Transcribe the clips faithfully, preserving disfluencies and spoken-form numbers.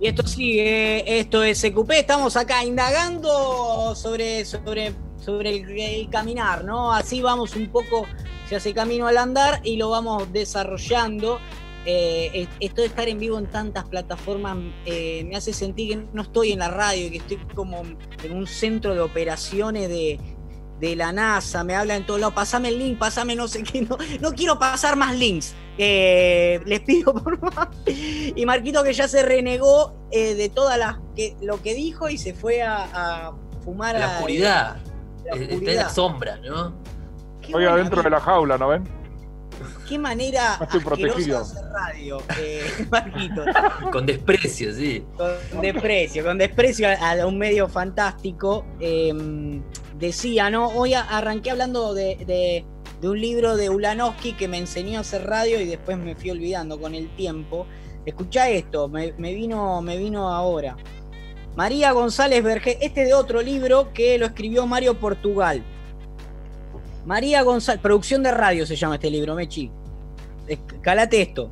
Y esto sigue, esto es C Q P, estamos acá indagando sobre, sobre, sobre el, el caminar, ¿no? Así vamos un poco, se hace camino al andar y lo vamos desarrollando. Eh, esto de estar en vivo en tantas plataformas eh, me hace sentir que no estoy en la radio, que estoy como en un centro de operaciones de, de la NASA, me hablan en todos lados, pasame el link, pasame no sé qué, no, no quiero pasar más links. Eh, les pido por favor. Y Marquito, que ya se renegó eh, de todas las que, lo que dijo y se fue a, a fumar la a oscuridad. La Está oscuridad. en la sombra, ¿no? Estoy adentro de la jaula, ¿no ven? Qué manera no estoy asquerosa protegido. de hacer radio, eh, Marquito. Con desprecio, sí. Con desprecio, con desprecio a, a un medio fantástico. Eh, decía, ¿no? Hoy arranqué hablando de, de, de un libro de Ulanowski que me enseñó a hacer radio y después me fui olvidando con el tiempo. Escuchá esto, me, me, vino, me vino ahora. María González Vergés, este de otro libro que lo escribió Mario Portugal. María González, producción de radio se llama este libro, Mechi. Calate esto.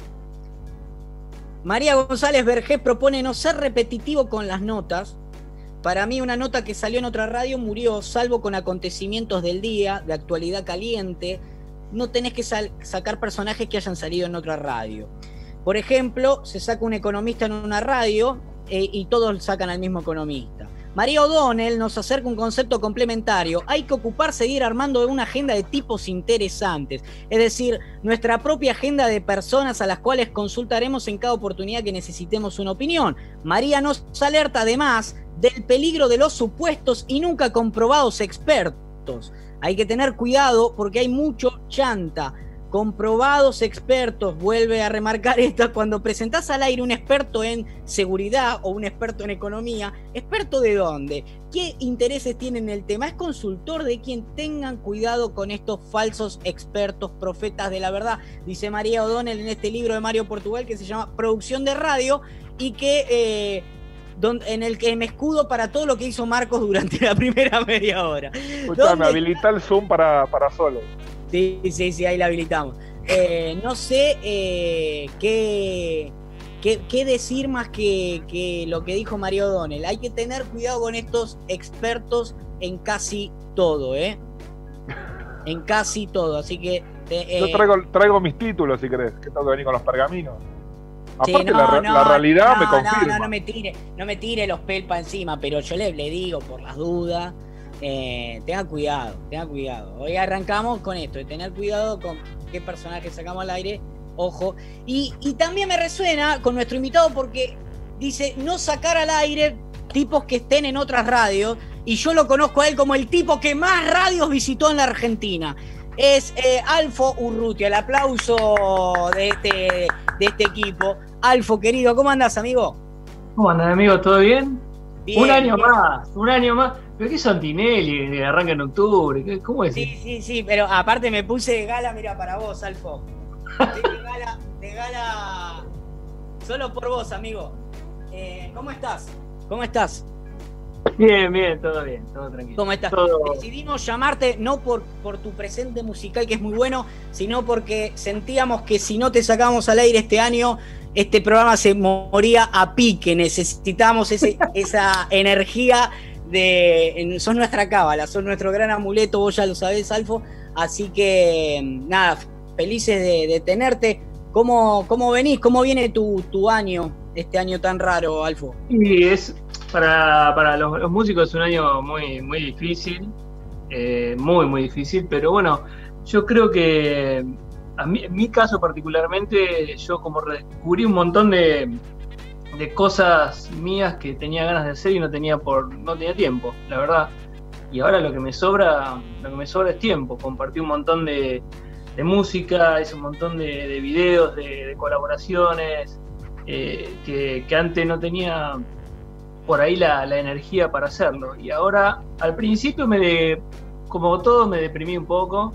María González Vergés propone no ser repetitivo con las notas. Para mí, una nota que salió en otra radio murió, salvo con acontecimientos del día, de actualidad caliente. No tenés que sal- sacar personajes que hayan salido en otra radio. Por ejemplo, se saca un economista en una radio eh, y todos sacan al mismo economista. María O'Donnell nos acerca un concepto complementario. Hay que ocuparse de ir armando una agenda de tipos interesantes, es decir, nuestra propia agenda de personas a las cuales consultaremos en cada oportunidad que necesitemos una opinión. María nos alerta además del peligro de los supuestos y nunca comprobados expertos. Hay que tener cuidado porque hay mucho chanta. Comprobados expertos, vuelve a remarcar esto, cuando presentás al aire un experto en seguridad o un experto en economía, ¿experto de dónde? ¿Qué intereses tiene en el tema? Es consultor de quien. Tengan cuidado con estos falsos expertos, profetas de la verdad, dice María O'Donnell en este libro de Mario Portugal que se llama Producción de Radio y que... Eh, en el que me escudo para todo lo que hizo Marcos durante la primera media hora. Escuchame, habilita el Zoom para, para solo. Sí, sí, sí, ahí la habilitamos. Eh, no sé eh, qué, qué, qué decir más que, que lo que dijo Mario O'Donnell. Hay que tener cuidado con estos expertos en casi todo, ¿eh? En casi todo, así que... Eh, Yo traigo, traigo mis títulos, si querés, que tengo que venir con los pergaminos. Sí, Aparte, no, la, no, la realidad no, me confirma. No, no, no me tire, no me tire los pelpas encima, pero yo le, le digo por las dudas, eh, tenga cuidado, tenga cuidado. Hoy arrancamos con esto, de tener cuidado con qué personaje sacamos al aire, ojo. Y, y también me resuena con nuestro invitado porque dice no sacar al aire tipos que estén en otras radios, y yo lo conozco a él como el tipo que más radios visitó en la Argentina. Es eh, Alfo Urrutia, el aplauso de este, de este equipo. Alfo, querido, ¿cómo andás, amigo? ¿Cómo andás, amigo? ¿Todo bien? Bien, un año bien. más, un año más. ¿Pero qué son Tinelli? Que arranca en octubre. ¿Cómo es? Sí, sí, sí, pero aparte me puse de gala, mira, para vos, Alfo. Estoy de gala, de gala solo por vos, amigo. Eh, ¿Cómo estás? ¿Cómo estás? Bien, bien, todo bien, todo tranquilo. ¿Cómo estás? Todo... Decidimos llamarte no por, por tu presente musical, que es muy bueno, sino porque sentíamos que si no te sacábamos al aire este año, este programa se moría a pique. Necesitamos ese, esa energía de... Sos nuestra cábala, sos nuestro gran amuleto, vos ya lo sabés, Alfo. Así que, nada, felices de, de tenerte. ¿Cómo, ¿Cómo venís? ¿Cómo viene tu, tu año, este año tan raro, Alfo? Y es... Para, para los, los músicos es un año muy, muy difícil, eh, muy, muy difícil, pero bueno, yo creo que a mí, en mi caso particularmente, yo como redescubrí un montón de, de cosas mías que tenía ganas de hacer y no tenía por no tenía tiempo, la verdad. Y ahora lo que me sobra, lo que me sobra es tiempo. Compartí un montón de, de música, hice un montón de, de videos, de, de colaboraciones, eh, que, que antes no tenía por ahí la, la energía para hacerlo. Y ahora, al principio, me de, como todo, me deprimí un poco,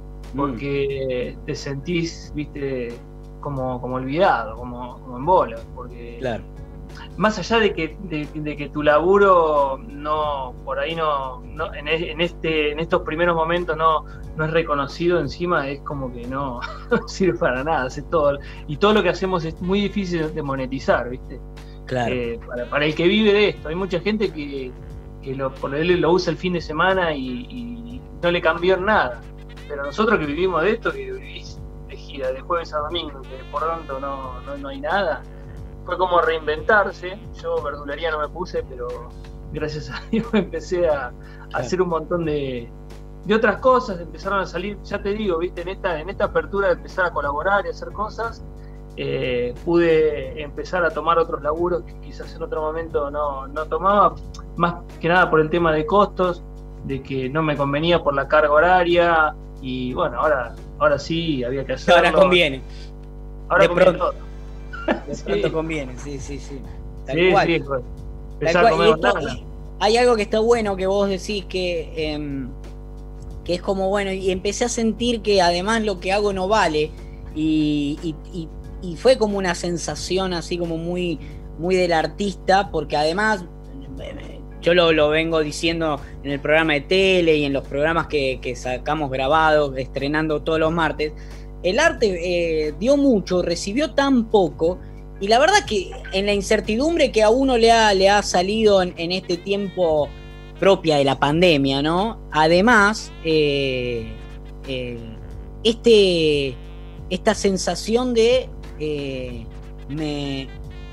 porque mm. te sentís, viste, como, como olvidado, como, como en bola, porque claro. Más allá de que, de, de que tu laburo no, por ahí no, no en, en este, en estos primeros momentos no, no es reconocido, encima es como que no, no sirve para nada, hace todo, y todo lo que hacemos es muy difícil de monetizar, ¿viste? Claro. Eh, para, para el que vive de esto. Hay mucha gente que, que lo, por él lo usa el fin de semana y, y no le cambió nada. Pero nosotros que vivimos de esto, que vivís de gira de jueves a domingo, que por tanto no, no, no hay nada, fue como reinventarse. Yo verdulería no me puse, pero gracias a Dios empecé a, a hacer un montón de, de otras cosas. Empezaron a salir, ya te digo, viste, en esta, en esta apertura de empezar a colaborar y hacer cosas. Eh, pude empezar a tomar otros laburos que quizás en otro momento no, no tomaba, más que nada por el tema de costos, de que no me convenía por la carga horaria, y bueno, ahora, ahora sí había que hacerlo. Ahora conviene. Ahora de conviene pronto. todo. De Sí. pronto conviene, sí, sí, sí. Tal Sí, cual. sí, pues. Tal Empezar a cual. comer Y esto- banana. hay algo que está bueno que vos decís que, em, que es como bueno, y empecé a sentir que además lo que hago no vale, y, y, y, y fue como una sensación así como muy, muy del artista, porque además yo lo, lo vengo diciendo en el programa de tele y en los programas que, que sacamos grabados, estrenando todos los martes. El arte eh, dio mucho, recibió tan poco, y la verdad que en la incertidumbre que a uno le ha, le ha salido en, en este tiempo propia de la pandemia, ¿no? Además, eh, eh, este, esta sensación de eh, me...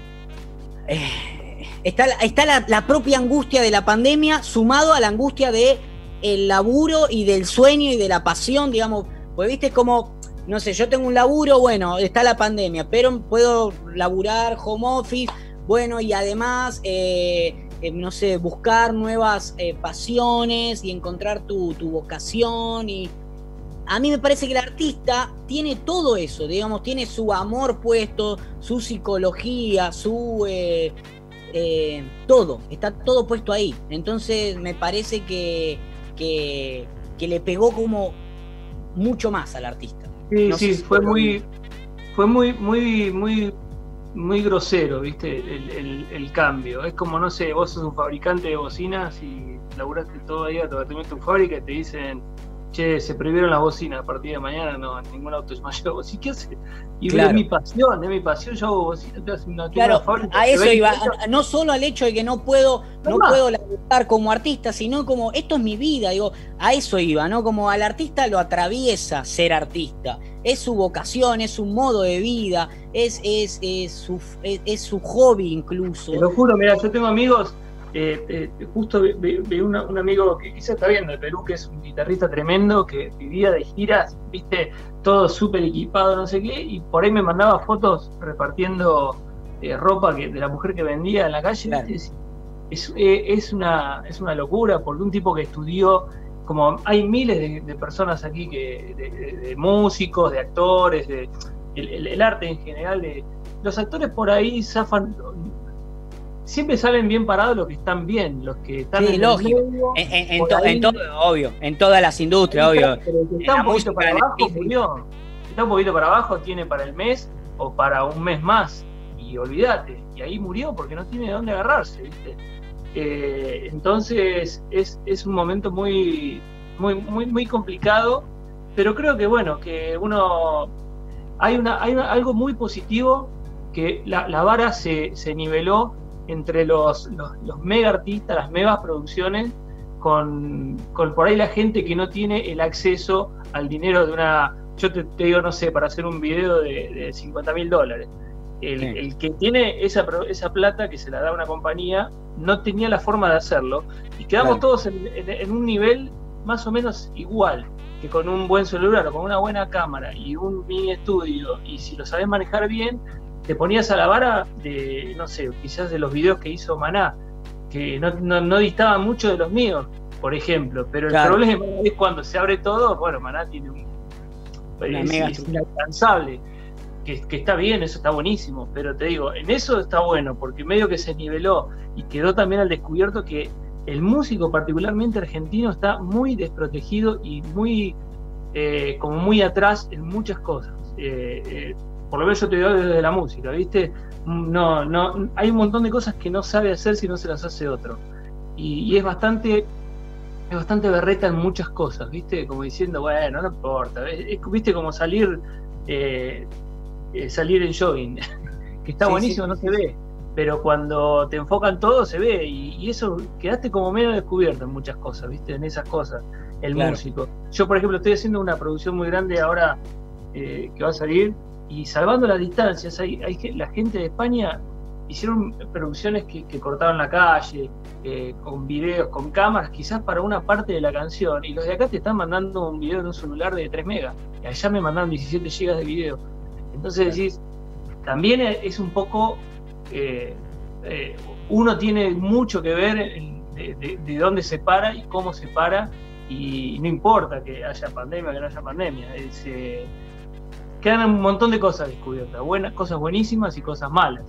Eh, está está la, la propia angustia de la pandemia sumado a la angustia de el laburo y del sueño y de la pasión, digamos, pues viste como, no sé, yo tengo un laburo, bueno, está la pandemia, pero puedo laburar home office, bueno, y además, eh, eh, no sé, buscar nuevas eh, pasiones y encontrar tu, tu vocación. Y a mí me parece que el artista tiene todo eso, digamos, tiene su amor puesto, su psicología, su... Eh, eh, todo, está todo puesto ahí. Entonces me parece que, que, que le pegó como mucho más al artista. Sí, No sí, sé si fue fue lo muy, mismo. fue muy, muy, muy, muy grosero, ¿viste? El, el, el cambio. Es como, no sé, vos sos un fabricante de bocinas y laburaste todo ahí, te metiste en tu fábrica y te dicen, che, se prohibieron las bocinas, a partir de mañana no, ningún auto es mayor. ¿Vos qué haces? Y Claro. es mi pasión, es mi pasión, yo hago bocinas, no tengo una Claro, fábrica a de eso veinte iba, años. a- no solo al hecho de que no puedo, no Normal. puedo laburar como artista, sino como esto es mi vida, digo, a eso iba, ¿no? Como al artista lo atraviesa ser artista, es su vocación, es su modo de vida, es, es, es, su, es, es su hobby incluso. Te lo juro, mira, yo tengo amigos, eh, eh, justo vi, vi- vi una- un amigo que quizás está viendo de Perú, que es un guitarrista tremendo, que vivía de giras, viste, todo súper equipado, no sé qué, y por ahí me mandaba fotos repartiendo eh, ropa que, de la mujer que vendía en la calle. Claro. ¿Viste? Es, eh, es, una, es una locura, porque un tipo que estudió, como hay miles de, de personas aquí, que de, de- de músicos, de actores, de, el, el- el arte en general, de, los actores por ahí zafan, siempre salen bien parados los que están bien, los que están Sí, en lógico. el medio, En, en- en por to- ahí- en todo, obvio, en todas las industrias, obvio. pero el que está En la un poquito música, para en el abajo cine. murió. Si está un poquito para abajo, tiene para el mes o para un mes más, y olvídate, y ahí murió porque no tiene de dónde agarrarse, ¿viste? Eh, entonces es, es un momento muy, muy, muy, muy complicado, pero creo que bueno, que uno hay una, hay una- algo muy positivo, que la, la vara se, se niveló entre los, los, los mega artistas, las megas producciones, con, con por ahí la gente que no tiene el acceso al dinero de una, yo te, te digo, no sé, para hacer un video de, de cincuenta mil dólares. El, Sí. el que tiene esa, pro- esa plata que se la da una compañía no tenía la forma de hacerlo, y quedamos Claro. todos en, en- en un nivel más o menos igual, que con un buen celular o con una buena cámara y un mini estudio, y si lo sabes manejar bien, te ponías a la vara de, no sé, quizás de los videos que hizo Maná, que no, no, no distaban mucho de los míos, por ejemplo, pero el Claro. problema es cuando se abre todo, bueno, Maná tiene un... Una es, mega es inalcanzable, que, que está bien, eso está buenísimo, pero te digo, en eso está bueno, porque medio que se niveló y quedó también al descubierto que el músico, particularmente argentino, está muy desprotegido y muy, eh, como muy atrás en muchas cosas. Eh, eh, por lo menos yo te digo desde la música, ¿viste? No, no, hay un montón de cosas que no sabe hacer si no se las hace otro. Y, y es bastante, es bastante berreta en muchas cosas, ¿viste? Como diciendo, bueno, no importa. Es, es, ¿viste? Como salir, eh, eh, salir en jogging, que está Sí, buenísimo, sí, no sí, se ve. pero cuando te enfocan todo se ve, y, y eso quedaste como menos descubierto en muchas cosas, ¿viste? En esas cosas, el Claro. músico. Yo, por ejemplo, estoy haciendo una producción muy grande ahora eh, que va a salir, y salvando las distancias, hay, hay ge- la gente de España hicieron producciones que, que cortaron la calle, eh, con videos, con cámaras, quizás para una parte de la canción, y los de acá te están mandando un video en un celular de tres megas, y allá me mandaron diecisiete gigas de video. Entonces decís, también es un poco, eh, eh, uno tiene mucho que ver en- de, de- de dónde se para y cómo se para, y no importa que haya pandemia o que no haya pandemia, es, eh, quedan un montón de cosas descubiertas, buenas, cosas buenísimas y cosas malas.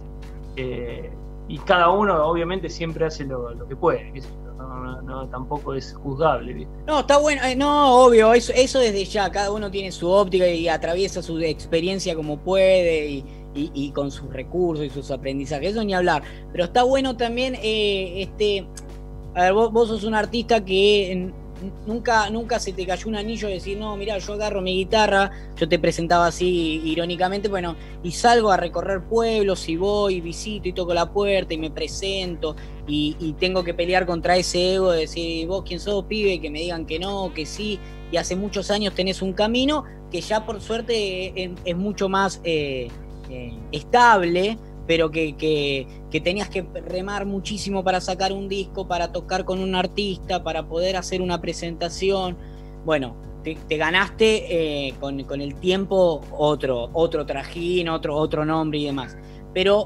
Eh, y cada uno obviamente siempre hace lo, lo que puede, qué sé yo, no, no, no, tampoco es juzgable, ¿viste? No, está bueno, eh, no, obvio, eso, eso desde ya, cada uno tiene su óptica y atraviesa su experiencia como puede y, y- y con sus recursos y sus aprendizajes, eso ni hablar, pero está bueno también, eh, este, a ver, vos, vos sos un artista que n- nunca, nunca se te cayó un anillo de decir, no, mirá, yo agarro mi guitarra, yo te presentaba así irónicamente, bueno, y salgo a recorrer pueblos y voy, y visito y toco la puerta y me presento. Y, y tengo que pelear contra ese ego de decir, vos quién sos, pibe, que me digan que no, que sí, y hace muchos años tenés un camino que ya por suerte es, es mucho más eh, eh, estable, pero que, que, que tenías que remar muchísimo para sacar un disco, para tocar con un artista, para poder hacer una presentación. Bueno, te, te ganaste eh, con, con el tiempo otro, otro trajín, otro, otro nombre y demás. Pero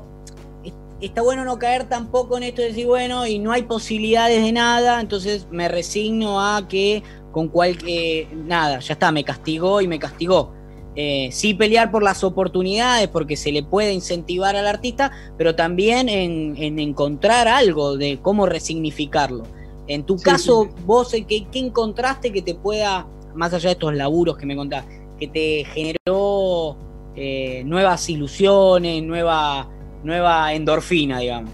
está bueno no caer tampoco en esto de decir, bueno, y no hay posibilidades de nada, entonces me resigno a que con cualquier, eh, nada, ya está, me castigó y me castigó. Eh, sí pelear por las oportunidades, porque se le puede incentivar al artista, pero también en, en encontrar algo de cómo resignificarlo. En tu Sí, caso, sí. vos, ¿qué, qué encontraste que te pueda, más allá de estos laburos que me contás, que te generó eh, nuevas ilusiones, nueva... nueva endorfina, digamos?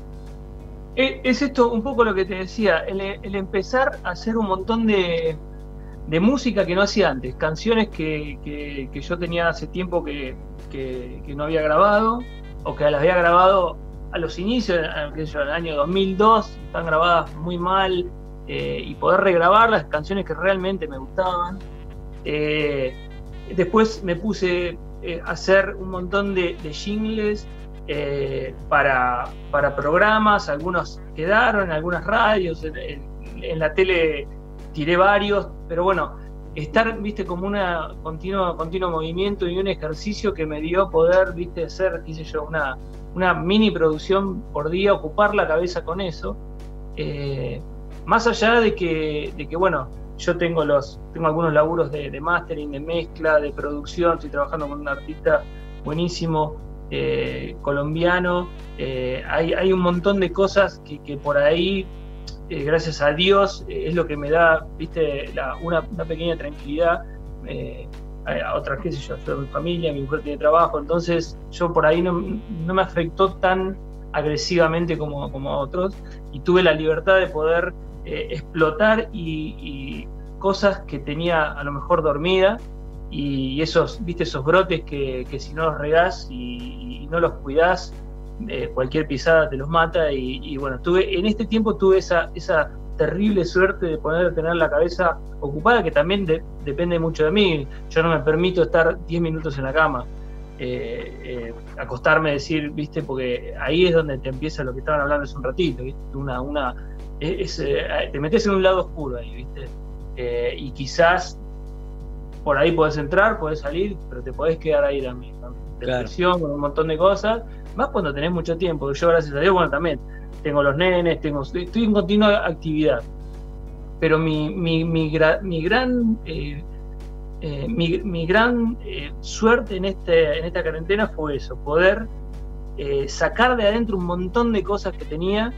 Eh, Es esto un poco lo que te decía, el, el empezar a hacer un montón de, de música que no hacía antes, canciones que, que, que yo tenía hace tiempo que, que, que no había grabado, o que las había grabado a los inicios, en, qué sé yo, en el año dos mil dos, están grabadas muy mal, eh, y poder regrabar las canciones que realmente me gustaban. Eh, después me puse eh, a hacer un montón de, de jingles eh, para, para programas, algunos quedaron en algunas radios, en, en, en la tele tiré varios, pero bueno, estar, viste, como una continuo, continuo movimiento y un ejercicio que me dio poder, viste, hacer, qué sé yo, una, una mini producción por día, ocupar la cabeza con eso, eh, más allá de que, de que, bueno, yo tengo los tengo algunos laburos de, de mastering, de mezcla, de producción, estoy trabajando con un artista buenísimo, eh, colombiano, eh, hay, hay un montón de cosas que, que por ahí, eh, gracias a Dios, eh, es lo que me da, viste, la, una, una pequeña tranquilidad, eh, a otras, qué sé yo, yo tengo mi familia, mi mujer tiene trabajo, entonces yo por ahí no, no me afectó tan agresivamente como, como a otros, y tuve la libertad de poder eh, explotar y, y cosas que tenía a lo mejor dormida, y esos, viste, esos brotes que, que si no los regás y, y no los cuidás, eh, cualquier pisada te los mata, y, y bueno, tuve, en este tiempo tuve esa, esa terrible suerte de poder tener la cabeza ocupada, que también de, depende mucho de mí. Yo no me permito estar diez minutos en la cama, eh, eh, acostarme, decir, viste, porque ahí es donde te empieza lo que estaban hablando hace un ratito, viste, una, una, es, eh, te metes en un lado oscuro ahí, viste, eh, y quizás por ahí podés entrar, podés salir, pero te podés quedar ahí también, con depresión, claro, con un montón de cosas, más cuando tenés mucho tiempo. Yo, gracias a Dios, bueno, también tengo los nenes, tengo, estoy en continua actividad, pero mi, mi, mi, mi gran eh, eh, mi, mi gran eh, suerte en, este, en esta cuarentena fue eso, poder eh, sacar de adentro un montón de cosas que tenía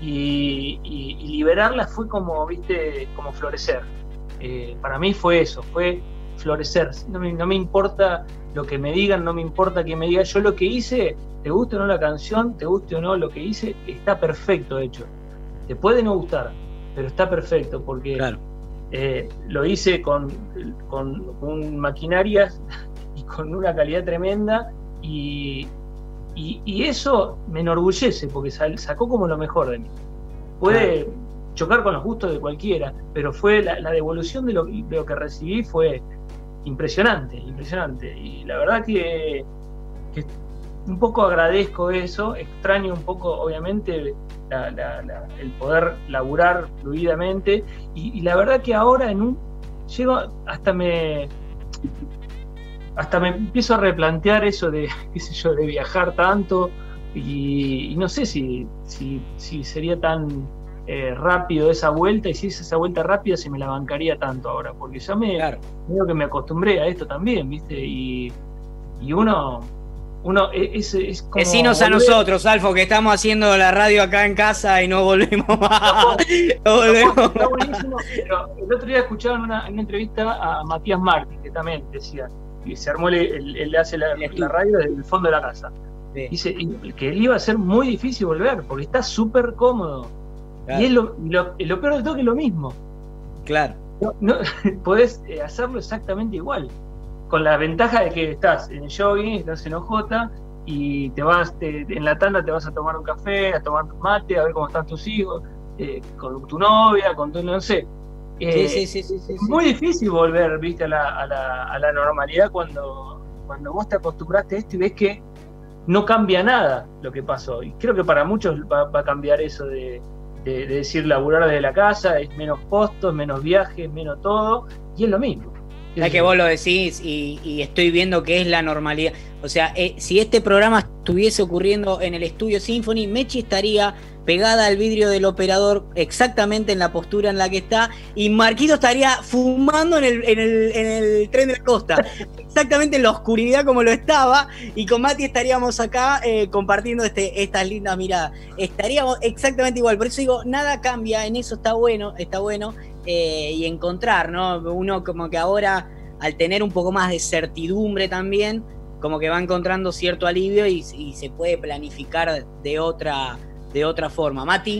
y, y, y liberarlas. Fue como, viste, como florecer. Eh, para mí fue eso, fue florecer. No me, no me importa lo que me digan, no me importa que me digan. Yo lo que hice, te guste o no la canción, te guste o no lo que hice, está perfecto hecho. Te puede no gustar, pero está perfecto, porque claro, eh, lo hice con, con, con maquinarias y con una calidad tremenda, y, Y, y eso me enorgullece, porque sal, sacó como lo mejor de mí. Puede claro. chocar con los gustos de cualquiera, pero fue la, la devolución de lo, de lo que recibí fue impresionante, impresionante. Y la verdad que, que un poco agradezco eso, extraño un poco, obviamente, la, la, la, el poder laburar fluidamente. Y, y la verdad que ahora en un llego hasta me hasta me empiezo a replantear eso de, qué sé yo, de viajar tanto y, y no sé si, si, si sería tan eh, rápido esa vuelta, y si es esa vuelta rápida si me la bancaría tanto ahora, porque ya me claro. creo que me acostumbré a esto también, ¿viste? Y, y uno uno es, es como Decinos a nosotros, Alfo, que estamos haciendo la radio acá en casa y no volvemos más. No volvemos. Está buenísimo, pero el otro día escuchaba en una, en una entrevista a Matías Martín, que también decía, y se armó, él, él hace la, la radio desde el fondo de la casa. Sí. Dice que él iba a ser muy difícil volver, porque está súper cómodo. Claro. Y es lo, lo, lo peor de todo que es lo mismo. Claro. No, no, podés hacerlo exactamente igual, con la ventaja de que estás en jogging, estás en O J y te vas, te, en la tanda te vas a tomar un café, a tomar mate, a ver cómo están tus hijos, eh, con tu novia, con tu, no sé. Eh, sí, sí, sí, sí, sí, es muy difícil volver, viste, a la, a la, a la normalidad cuando, cuando vos te acostumbraste a esto y ves que no cambia nada lo que pasó. Y creo que para muchos va, va a cambiar eso de, de, de decir laburar desde la casa, es menos costos, menos viajes, menos todo, y es lo mismo. Ya que vos lo decís y, y estoy viendo que es la normalidad. O sea, eh, si este programa estuviese ocurriendo en el estudio Symphony, Mechi estaría pegada al vidrio del operador exactamente en la postura en la que está, y Marquito estaría fumando en el, en el, en el tren de la costa, exactamente en la oscuridad como lo estaba, y con Mati estaríamos acá eh, compartiendo este, estas lindas miradas. Estaríamos exactamente igual, por eso digo, nada cambia, en eso está bueno, está bueno. Eh, y encontrar, ¿no? Uno como que ahora, al tener un poco más de certidumbre también, como que va encontrando cierto alivio y, y se puede planificar de otra, de otra forma. Mati.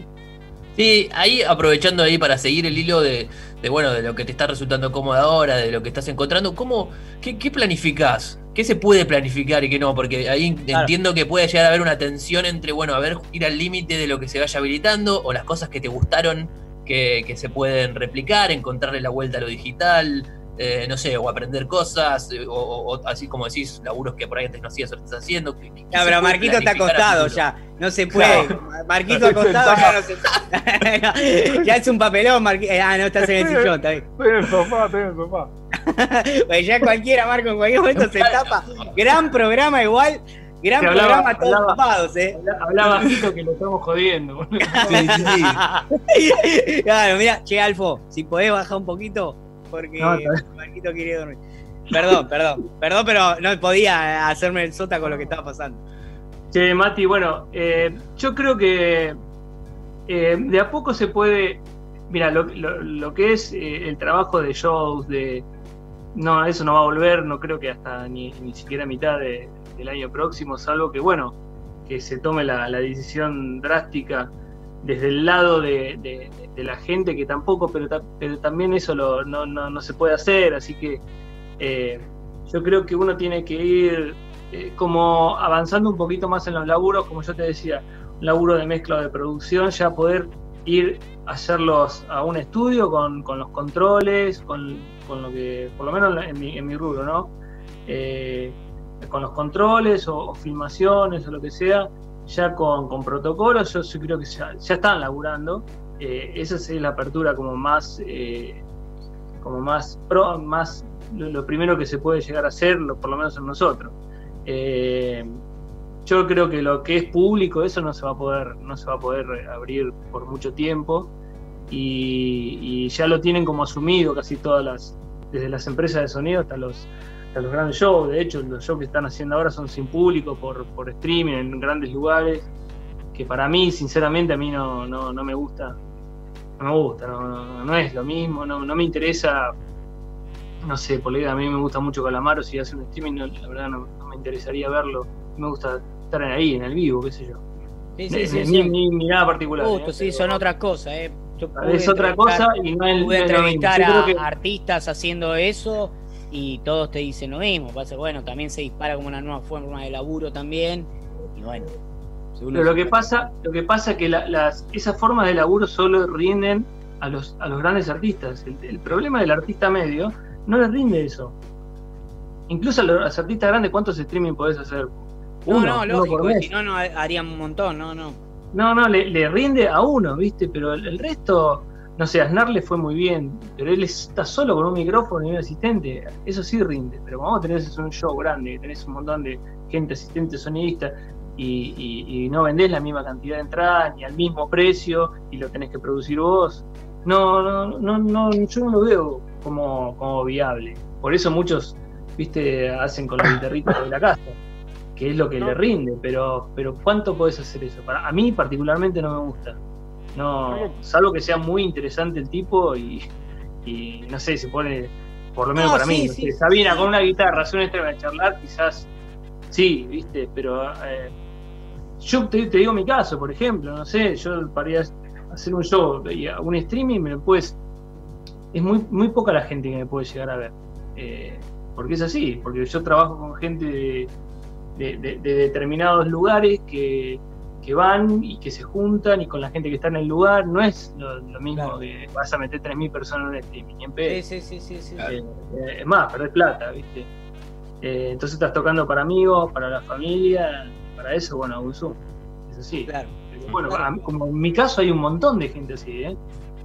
Sí, ahí aprovechando ahí para seguir el hilo de, de bueno, de lo que te está resultando cómodo ahora, de lo que estás encontrando, ¿cómo, qué, qué planificás? ¿Qué se puede planificar y qué no? Porque ahí claro. entiendo que puede llegar a haber una tensión entre, bueno, a ver, ir al límite de lo que se vaya habilitando o las cosas que te gustaron Que, que se pueden replicar, encontrarle la vuelta a lo digital, eh, no sé, o aprender cosas, o, o, o así como decís, laburos que por ahí antes no hacías o estás haciendo. Que, que ya, pero Marquito está acostado ya, no se puede. Claro. Marquito acostado ya no se puede. Ya es un papelón, Marquito. Ah, no, estás en el sillón, está bien. Estoy en el sofá, estoy en el sofá. Pues ya cualquiera, Marco, en cualquier momento se tapa. Gran programa igual. Gran que programa, hablaba, todos hablaba, tapados, ¿eh? Hablaba bajito que lo estamos jodiendo. Sí, sí, sí. Claro, mira, che, Alfo, si podés bajar un poquito, porque no, Marquito quería dormir. Perdón, perdón, perdón, pero no podía hacerme el sota con lo que estaba pasando. Che, Mati, bueno, eh, yo creo que eh, de a poco se puede. Mira, lo, lo, lo que es eh, el trabajo de shows, de. No, eso no va a volver, no creo que hasta ni, ni siquiera a mitad de. del año próximo, salvo que bueno, que se tome la, la decisión drástica desde el lado de, de, de la gente, que tampoco, pero, ta, pero también eso lo, no, no, no se puede hacer, así que eh, yo creo que uno tiene que ir eh, como avanzando un poquito más en los laburos, como yo te decía, un laburo de mezcla o de producción, ya poder ir a hacerlos a un estudio con, con los controles, con, con lo que, por lo menos en mi, en mi rubro, ¿no? Eh, con los controles o, o filmaciones o lo que sea, ya con, con protocolos, yo, yo creo que ya, ya están laburando. Eh, esa es la apertura como más, eh, como más pro, más lo, lo primero que se puede llegar a hacer, lo, por lo menos en nosotros. Eh, yo creo que lo que es público, eso no se va a poder, no se va a poder abrir por mucho tiempo, y, y ya lo tienen como asumido casi todas las, desde las empresas de sonido hasta los a los grandes shows. De hecho, los shows que están haciendo ahora son sin público, por, por streaming, en grandes lugares, que para mí, sinceramente, a mí no, no, no me gusta, no me gusta, no, no, no es lo mismo, no, no me interesa, no sé, porque a mí me gusta mucho Calamaro, si hace un streaming, no, la verdad no, no me interesaría verlo, me gusta estar ahí, en el vivo, qué sé yo. Sí, sí, sí, ni, sí. ni, ni nada particular. Justo, ¿eh? sí, son otras cosas, ¿eh? Yo es otra cosa y no es, pude no es entrevistar lo mismo. a Que... artistas haciendo eso y todos te dicen lo mismo. Pasa, bueno, también se dispara como una nueva forma de laburo también. Y bueno. Pero lo que pasa, lo que pasa es que la, las, esas formas de laburo solo rinden a los, a los grandes artistas. El, el problema del artista medio no le rinde eso. Incluso a los, a los artistas grandes, ¿cuántos streaming podés hacer? Uno, Uno, no, uno lógico, por mes. si no, no harían un montón, no, no. No, no, le, le rinde a uno, ¿viste? Pero el, el resto, no sé, a Aznar le fue muy bien, pero él está solo con un micrófono y un asistente. Eso sí rinde, pero cuando tenés un show grande, que tenés un montón de gente, asistente, sonidista, y, y, y no vendés la misma cantidad de entradas ni al mismo precio y lo tenés que producir vos, no, no, no, no yo no lo veo como, como viable. Por eso muchos, ¿viste? Hacen con los guitarritos de la casa, que es lo que No. le rinde, pero pero ¿cuánto podés hacer eso? Para a mí particularmente no me gusta. No, salvo que sea muy interesante el tipo y, y no sé, se pone, por lo menos No, para sí, mí, no sí, sé, sí. Sabina con una guitarra, hace un extremo a charlar, quizás sí, ¿viste? Pero eh, yo te, te digo mi caso, por ejemplo, no sé, yo para ir a hacer un show y a un streaming me lo puedes, es muy, muy poca la gente que me puede llegar a ver. Eh, porque es así, porque yo trabajo con gente de De, de, de determinados lugares que, que van y que se juntan y con la gente que está en el lugar no es lo, lo mismo Claro. que vas a meter tres mil personas en un streaming, ni en pedo. Sí, sí, sí, sí, sí. Claro. Eh, eh, es más, perdés plata, ¿viste? Eh, entonces estás tocando para amigos, para la familia, para eso, bueno, un Zoom, es así. Claro. Pero bueno, Claro. a mí- como en mi caso hay un montón de gente así, ¿eh?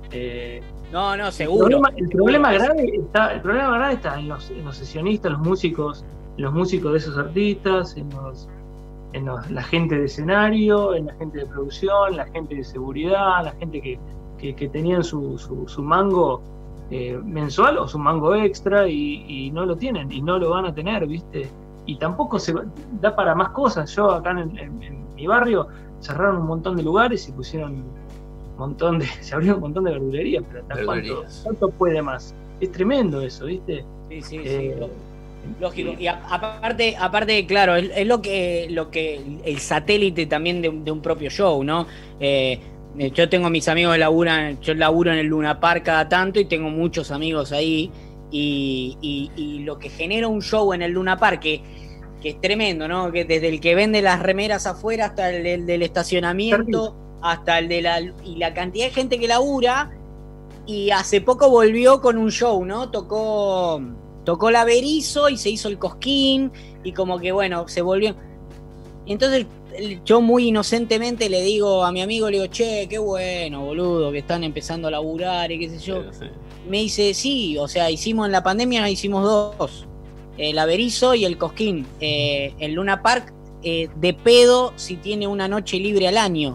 Eh, No, no, el seguro. problema, el seguro. problema grave está, el problema grave está en los, en los sesionistas, los músicos, en los músicos de esos artistas, en los, en los, la gente de escenario, en la gente de producción, la gente de seguridad, la gente que, que, que tenían su, su, su mango eh, mensual o su mango extra y, y no lo tienen y no lo van a tener, ¿viste? Y tampoco se da para más cosas. Yo acá en, en, en mi barrio cerraron un montón de lugares y pusieron un montón de, se abrieron un montón de verdulerías, pero ¿hasta cuánto, Verdulerías. cuánto puede más? Es tremendo eso, ¿viste? Sí, sí, sí. Eh, lo- Lógico. Y a- aparte, aparte, claro, es, es lo que lo que el satélite también de, un- de un propio show, ¿no? Eh, eh, yo tengo mis amigos que laburan, yo laburo en el Luna Park cada tanto y tengo muchos amigos ahí. Y, y- y lo que genera un show en el Luna Park, que, que es tremendo, ¿no? Que desde el que vende las remeras afuera hasta el, el del estacionamiento, hasta el de la. Y la cantidad de gente que labura. Y hace poco volvió con un show, ¿no? Tocó. Tocó la Berizo y se hizo el Cosquín y como que bueno, se volvió. Y entonces yo muy inocentemente le digo a mi amigo, le digo, che, qué bueno, boludo, que están empezando a laburar y qué sé yo. Sí, sí. Me dice, sí, o sea, hicimos en la pandemia, hicimos dos, el Berizo y el Cosquín. Eh, el Luna Park, eh, de pedo si tiene una noche libre al año.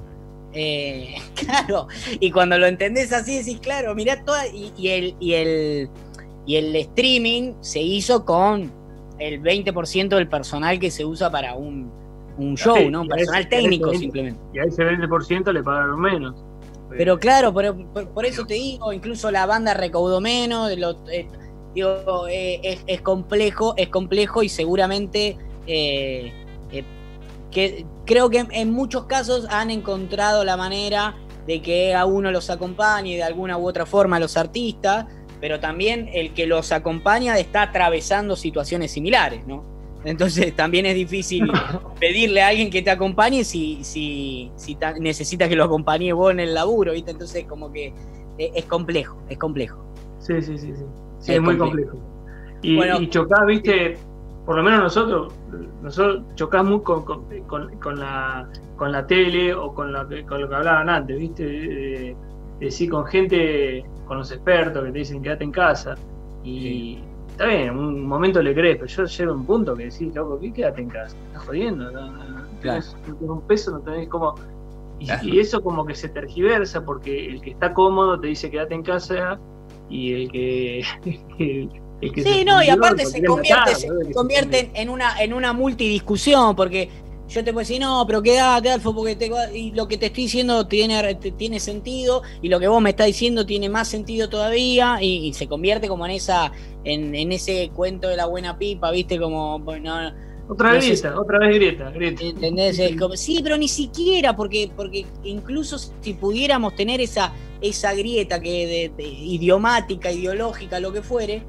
Eh, claro, y cuando lo entendés así decís, claro, mirá toda, y, y el... Y el Y el streaming se hizo con el veinte por ciento del personal que se usa para un, un show, Sí, ¿no? Un y a personal ese- técnico a ese- simplemente. Y a ese veinte por ciento le pagaron menos. Pero claro, por, por- por eso te digo, incluso la banda recaudó menos, de lo- eh, digo, eh, es, es complejo, es complejo y seguramente eh, eh, que creo que en, en muchos casos han encontrado la manera de que a uno los acompañe de alguna u otra forma a los artistas, pero también el que los acompaña está atravesando situaciones similares, ¿no? Entonces también es difícil pedirle a alguien que te acompañe si, si, si ta- necesitas que lo acompañe vos en el laburo, ¿viste? Entonces como que eh, es complejo, es complejo. Sí, sí, sí, sí. Sí, Es es muy complejo. complejo. Y, Bueno. y chocás, viste, por lo menos nosotros, nosotros chocás muy con, con, con, con la, con la tele o con, la, con lo que hablaban antes, viste, de, de- de decir con gente, con los expertos que te dicen quédate en casa. Y Sí. está bien, en un momento le crees, pero yo llego a un punto que decís, loco, ¿qué quédate en casa? ¿Estás jodiendo? No, no, no Claro. tenés, no tenés un peso, no tenés cómo. Y, Claro. y eso como que se tergiversa porque el que está cómodo te dice quédate en casa y el que, el, el que Sí, se no, y fundió, aparte lo se quiere convierte, matar, se boludo, que se convierte fundió. en una, en una multidiscusión, porque yo te puedo decir, no, pero quédate, Alfo, porque te, y lo que te estoy diciendo tiene, te- tiene sentido, y lo que vos me estás diciendo tiene más sentido todavía, y, y se convierte como en esa, en, en ese cuento de la buena pipa, viste, como, bueno, Otra no vez sé grieta, si- otra vez grieta, grieta. ¿entendés? Es como, sí, pero ni siquiera, porque, porque incluso si pudiéramos tener esa, esa grieta que de, de- idiomática, ideológica, lo que fuere,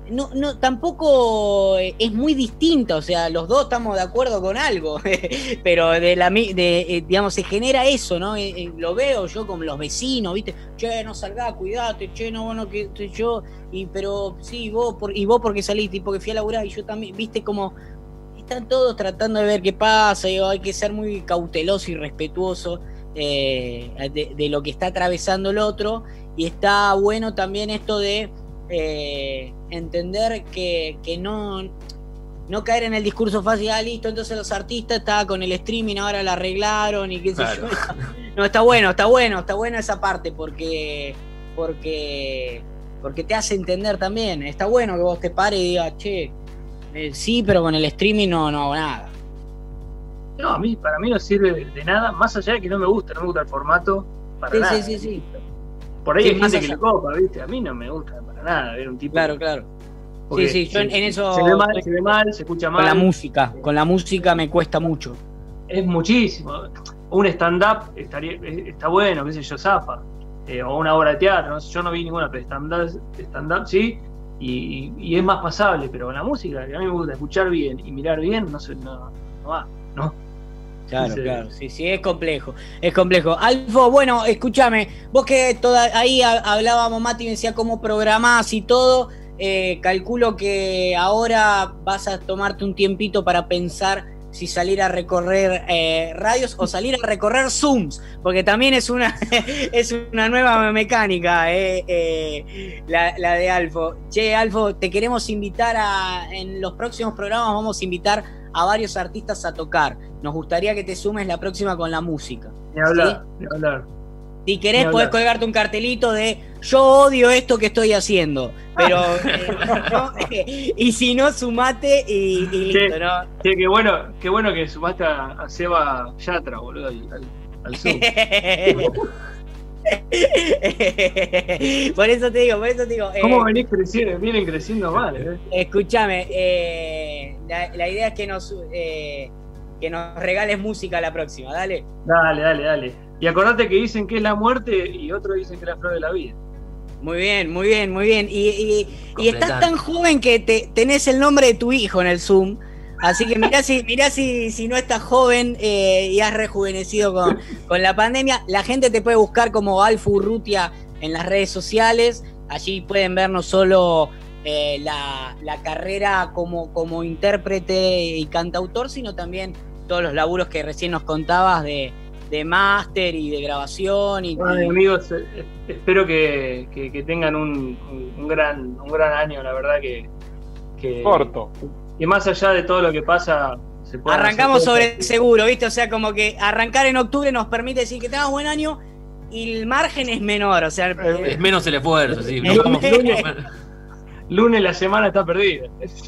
no, no, tampoco es muy distinta, o sea, los dos estamos de acuerdo con algo, pero de la de, digamos, se genera eso, ¿no? Lo veo yo con los vecinos, ¿viste? Che, no salgás, cuidate, che, no, bueno, que yo, y pero sí, vos, por, y vos porque saliste, y porque fui a laburar, y yo también, ¿viste? Como están todos tratando de ver qué pasa, y hay que ser muy cauteloso y respetuoso eh, de, de lo que está atravesando el otro, y está bueno también esto de Eh, entender que, que no, no caer en el discurso fácil, ah, listo, entonces los artistas estaban con el streaming, ahora la arreglaron y qué sé claro. yo. No, está bueno, está bueno, está bueno esa parte porque, porque, porque te hace entender también. Está bueno que vos te pares y digas, che, eh, sí, pero con el streaming no, no hago nada. No, a mí, para mí no sirve de nada, más allá de que no me gusta, no me gusta el formato para sí, nada. Sí, sí, sí. Por ahí sí, hay gente que le copa, ¿viste? A mí no me gusta para nada ver un tipo. Claro, claro. Sí, sí, yo en, en eso. Se ve mal, se ve mal, se escucha mal. Con la música, con la música me cuesta mucho. Es muchísimo. Un stand-up estaría, está bueno, qué sé yo, zafa. Eh, o una obra de teatro, no sé, yo no vi ninguna, pero stand-up, stand-up sí, y, y, y es más pasable, pero con la música, que a mí me gusta escuchar bien y mirar bien, no sé, no, no va, ¿no? Claro, sí, claro, sí, sí, es complejo, es complejo. Alfo, bueno, escúchame, vos que toda, ahí hablábamos, Mati, me decía cómo programás y todo, eh, calculo que ahora vas a tomarte un tiempito para pensar si salir a recorrer eh, radios o salir a recorrer Zooms, porque también es una es una nueva mecánica eh, eh, la, la de Alfo. Che, Alfo, te queremos invitar a, en los próximos programas vamos a invitar a varios artistas a tocar. Nos gustaría que te sumes la próxima con la música. Ni hablar, ¿sí? Ni hablar. Si querés podés colgarte un cartelito de yo odio esto que estoy haciendo, pero eh, no, eh, y si no, sumate y, y listo, che, ¿no? Che, qué bueno, qué bueno que sumaste a, a Seba Yatra, boludo, al, al, al Zoom. Por eso te digo, por eso te digo. ¿Cómo eh, venís creciendo? Vienen creciendo mal, eh. Escúchame, eh, la, la idea es que nos eh, que nos regales música la próxima, dale. Dale, dale, dale. Y acordate que dicen que es la muerte y otros dicen que es la flor de la vida. Muy bien, muy bien, muy bien. Y, y, y estás tan joven que te, tenés el nombre de tu hijo en el Zoom. Así que mirá si, mirá si, si no estás joven eh, y has rejuvenecido con, con la pandemia. La gente te puede buscar como Alfo Urrutia en las redes sociales. Allí pueden ver no solo eh, la, la carrera como, como intérprete y cantautor, sino también todos los laburos que recién nos contabas de, de máster y de grabación. Y, bueno, y... amigos, eh, espero que, que, que tengan un, un, gran, un gran año, la verdad que... que Corto. Y más allá de todo lo que pasa, se puede arrancamos sobre el seguro, ¿viste? O sea, como que arrancar en octubre nos permite decir que tengas buen año y el margen es menor, o sea... Es eh, menos el esfuerzo, sí. No, como lunes, lunes la semana está perdida.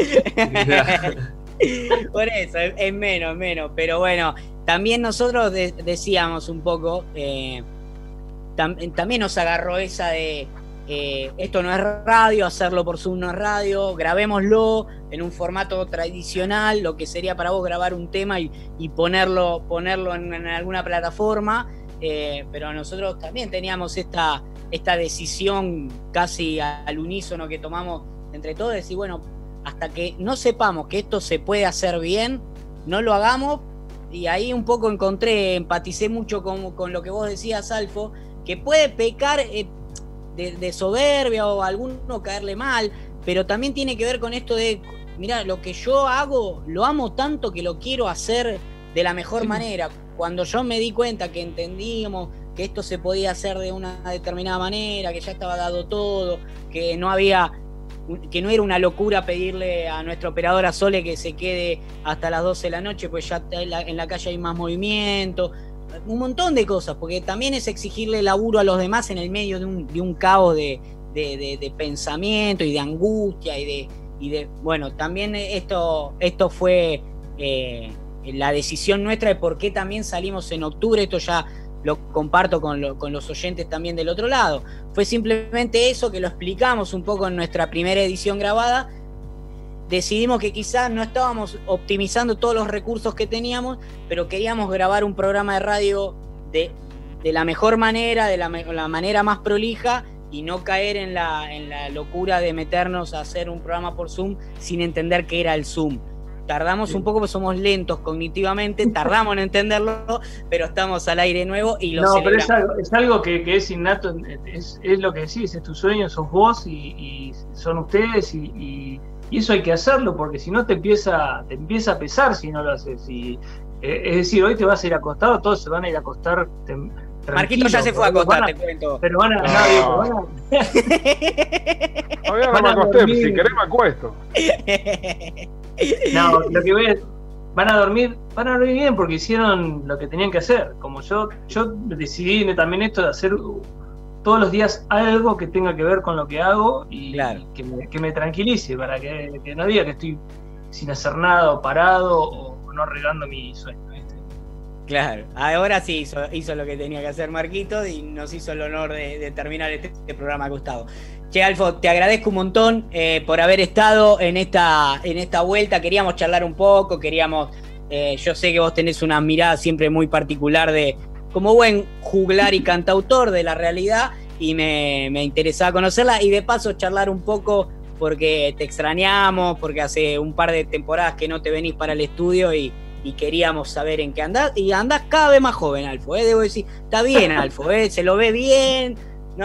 Por eso, es, es menos, menos. Pero bueno, también nosotros de, decíamos un poco, eh, tam, también nos agarró esa de... Eh, esto no es radio, hacerlo por Zoom no es radio, grabémoslo en un formato tradicional, lo que sería para vos grabar un tema y, y ponerlo, ponerlo en, en alguna plataforma, eh, pero nosotros también teníamos esta, esta decisión casi al unísono que tomamos entre todos, de decir, bueno, hasta que no sepamos que esto se puede hacer bien, no lo hagamos, y ahí un poco encontré, empaticé mucho con, con lo que vos decías, Alfo, que puede pecar... Eh, De, de soberbia o a alguno caerle mal, pero también tiene que ver con esto de, mira, lo que yo hago, lo amo tanto que lo quiero hacer de la mejor sí. manera. Cuando yo me di cuenta que entendíamos que esto se podía hacer de una determinada manera, que ya estaba dado todo, que no había, que no era una locura pedirle a nuestra operadora Sole que se quede hasta las doce de la noche, pues ya en la, en la calle hay más movimiento, un montón de cosas, porque también es exigirle laburo a los demás en el medio de un, de un caos de, de, de, de pensamiento y de angustia y de, y de bueno, también esto, esto fue eh, la decisión nuestra de por qué también salimos en octubre. Esto ya lo comparto con, lo, con los oyentes también del otro lado. Fue simplemente eso, que lo explicamos un poco en nuestra primera edición grabada. Decidimos que quizás no estábamos optimizando todos los recursos que teníamos, pero queríamos grabar un programa de radio de, de la mejor manera, de la, la manera más prolija, y no caer en la, en la locura de meternos a hacer un programa por Zoom sin entender qué era el Zoom. Tardamos sí. un poco porque somos lentos cognitivamente, tardamos en entenderlo, pero estamos al aire nuevo y lo No, celebramos. pero es algo, es algo que, que es innato, es, es lo que decís, es tu sueño, sos vos y, y son ustedes y, y, y eso hay que hacerlo porque si no te empieza, te empieza a pesar si no lo haces. Y, eh, es decir, hoy te vas a ir acostado, todos se van a ir a acostar. Te, Marquito ya se fue a acostar, te cuento. Pero van a... No. No, digo, van a Todavía no van me a acosté, dormir. si querés me acuesto. No, lo que voy es, van a dormir, van a dormir bien porque hicieron lo que tenían que hacer. Como yo, yo decidí también esto de hacer todos los días algo que tenga que ver con lo que hago y, claro. y que, me, que me tranquilice para que, que no diga que estoy sin hacer nada o parado o no regando mi sueño. ¿Viste? Claro, ahora sí hizo, hizo lo que tenía que hacer Marquito y nos hizo el honor de, de terminar este, este programa, Gustavo. Che, Alfo, te agradezco un montón eh, por haber estado en esta, en esta vuelta. Queríamos charlar un poco, queríamos... Eh, yo sé que vos tenés una mirada siempre muy particular de como buen juglar y cantautor de la realidad y me, me interesaba conocerla y de paso charlar un poco porque te extrañamos, porque hace un par de temporadas que no te venís para el estudio y, y queríamos saber en qué andás. Y andás cada vez más joven, Alfo, ¿eh? Debo decir, está bien, Alfo, ¿eh? Se lo ve bien... No,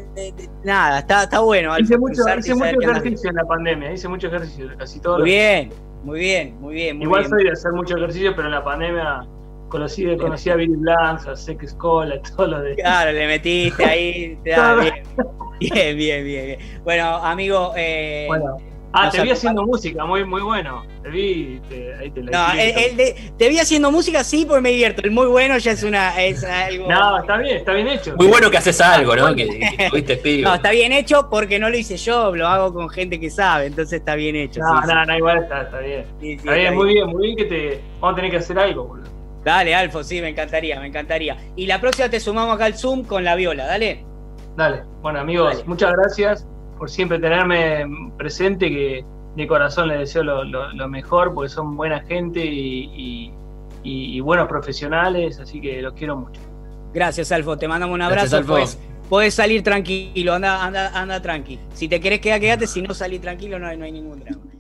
nada, está, está bueno. Hice mucho, hice mucho ejercicio ejercicio en la pandemia, hice mucho ejercicio, casi todo. Muy bien, muy bien, muy bien. Muy Igual bien. soy de hacer mucho ejercicio, pero en la pandemia conocí, conocí a Billy Blanc, a Sex Cola, todo lo de... Claro, le metiste ahí, te da bien. Bien, bien, bien, bien. Bueno, amigo... Eh, bueno. Ah, no te vi haciendo música, muy muy bueno. Te vi, te, ahí te lo No, el, el de, te vi haciendo música, sí, porque me divierto. El muy bueno ya es una es algo. No, está bien, está bien hecho. Muy bueno que haces algo, ¿no? Que, que tuviste pibe. No, está bien hecho porque no lo hice yo, lo hago con gente que sabe, entonces está bien hecho. No, sí, no, sí. no, igual está, está bien. Sí, sí, está bien, está muy bien. bien, muy bien que te. Vamos a tener que hacer algo, boludo. Dale, Alfo, sí, me encantaría, me encantaría. Y la próxima te sumamos acá al Zoom con la viola, dale. Dale, bueno amigos, Dale. muchas gracias por siempre tenerme presente, que de corazón les deseo lo, lo, lo mejor, porque son buena gente y, y, y, y buenos profesionales, así que los quiero mucho. Gracias, Alfo, te mandamos un Gracias, abrazo. Alfo. Podés, podés salir tranquilo, anda, anda, anda tranqui. Si te querés quedar, quedate, si no salís tranquilo no hay, no hay ningún drama.